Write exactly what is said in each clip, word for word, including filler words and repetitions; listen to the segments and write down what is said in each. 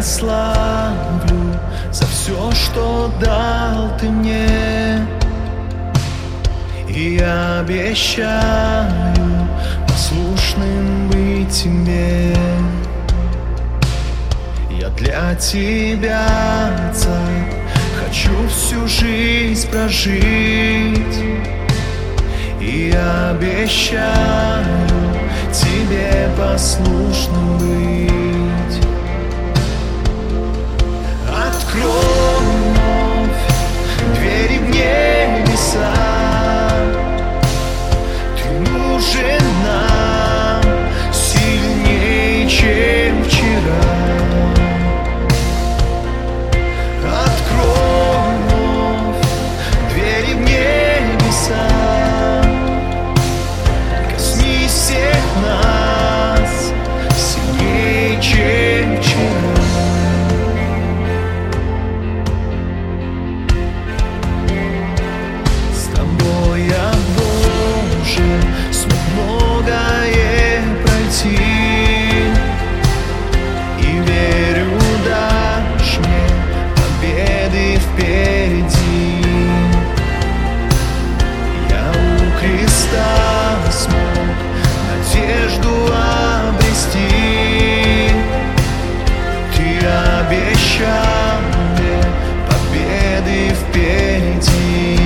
славлю за все, что дал ты мне, и обещаю послушным быть тебе. Я для тебя, Царь, хочу всю жизнь прожить, и обещаю тебе послушным быть. Открой вновь двери в небеса, ты нужен нам сильнее, чем вчера. Открой вновь двери в небеса, коснись всех нас сильнее, чем вчера. Обещал мне победы впереди.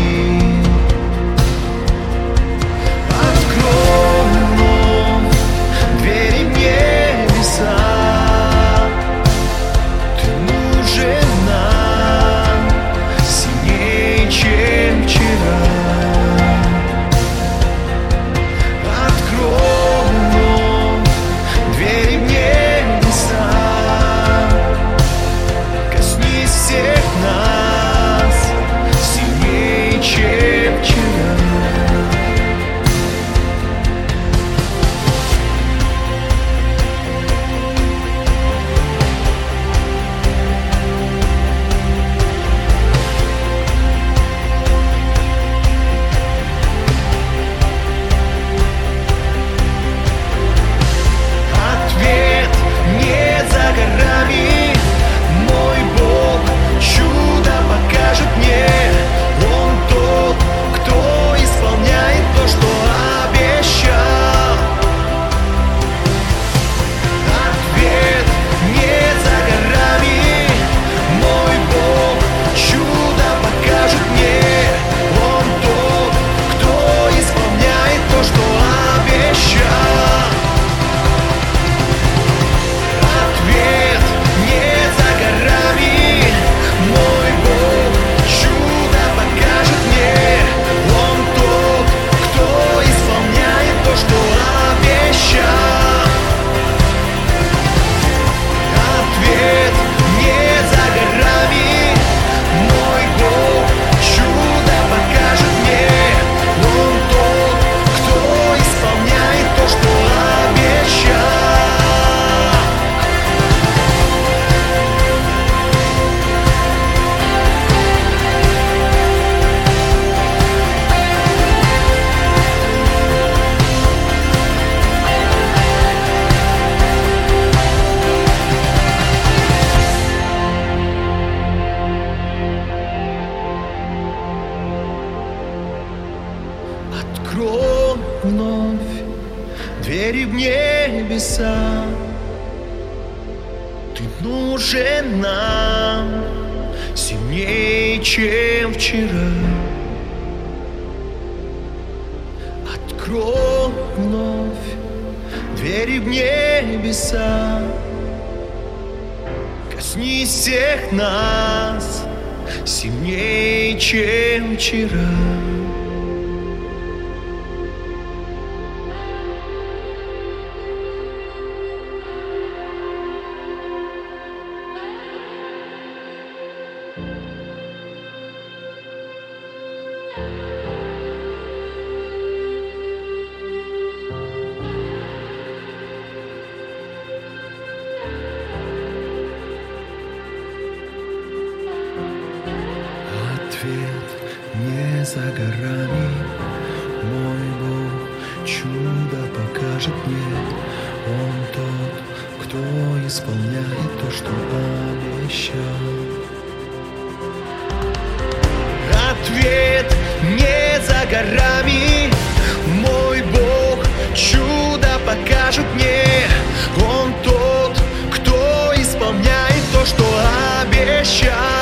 Открой вновь двери в небеса, ты нужен нам сильнее, чем вчера. Открой вновь двери в небеса, всех нас сильнее, чем вчера. Ответ не за горами, мой Бог чудо покажет мне. Он тот, кто исполняет то, что обещал. Ответ не за горами, мой Бог чудо покажет мне. Он тот, кто исполняет то, что обещал. Ответ не за горами, мой Бог чудо покажет мне. Он тот, кто исполняет то, что обещал. Ответ не за горами, мой Бог чудо покажет мне. Он тот, кто исполняет то, что обещал. Открой вновь двери в небеса, ты нужен нам сильнее, чем вчера. Открой вновь двери в небеса, коснись всех нас сильнее, чем вчера. Ответ не за горами, мой Бог чудо покажет мне. Он тот, кто исполняет то, что обещал. Ответ не за горами, мой Бог чудо покажет мне. Он тот, кто исполняет то, что обещал.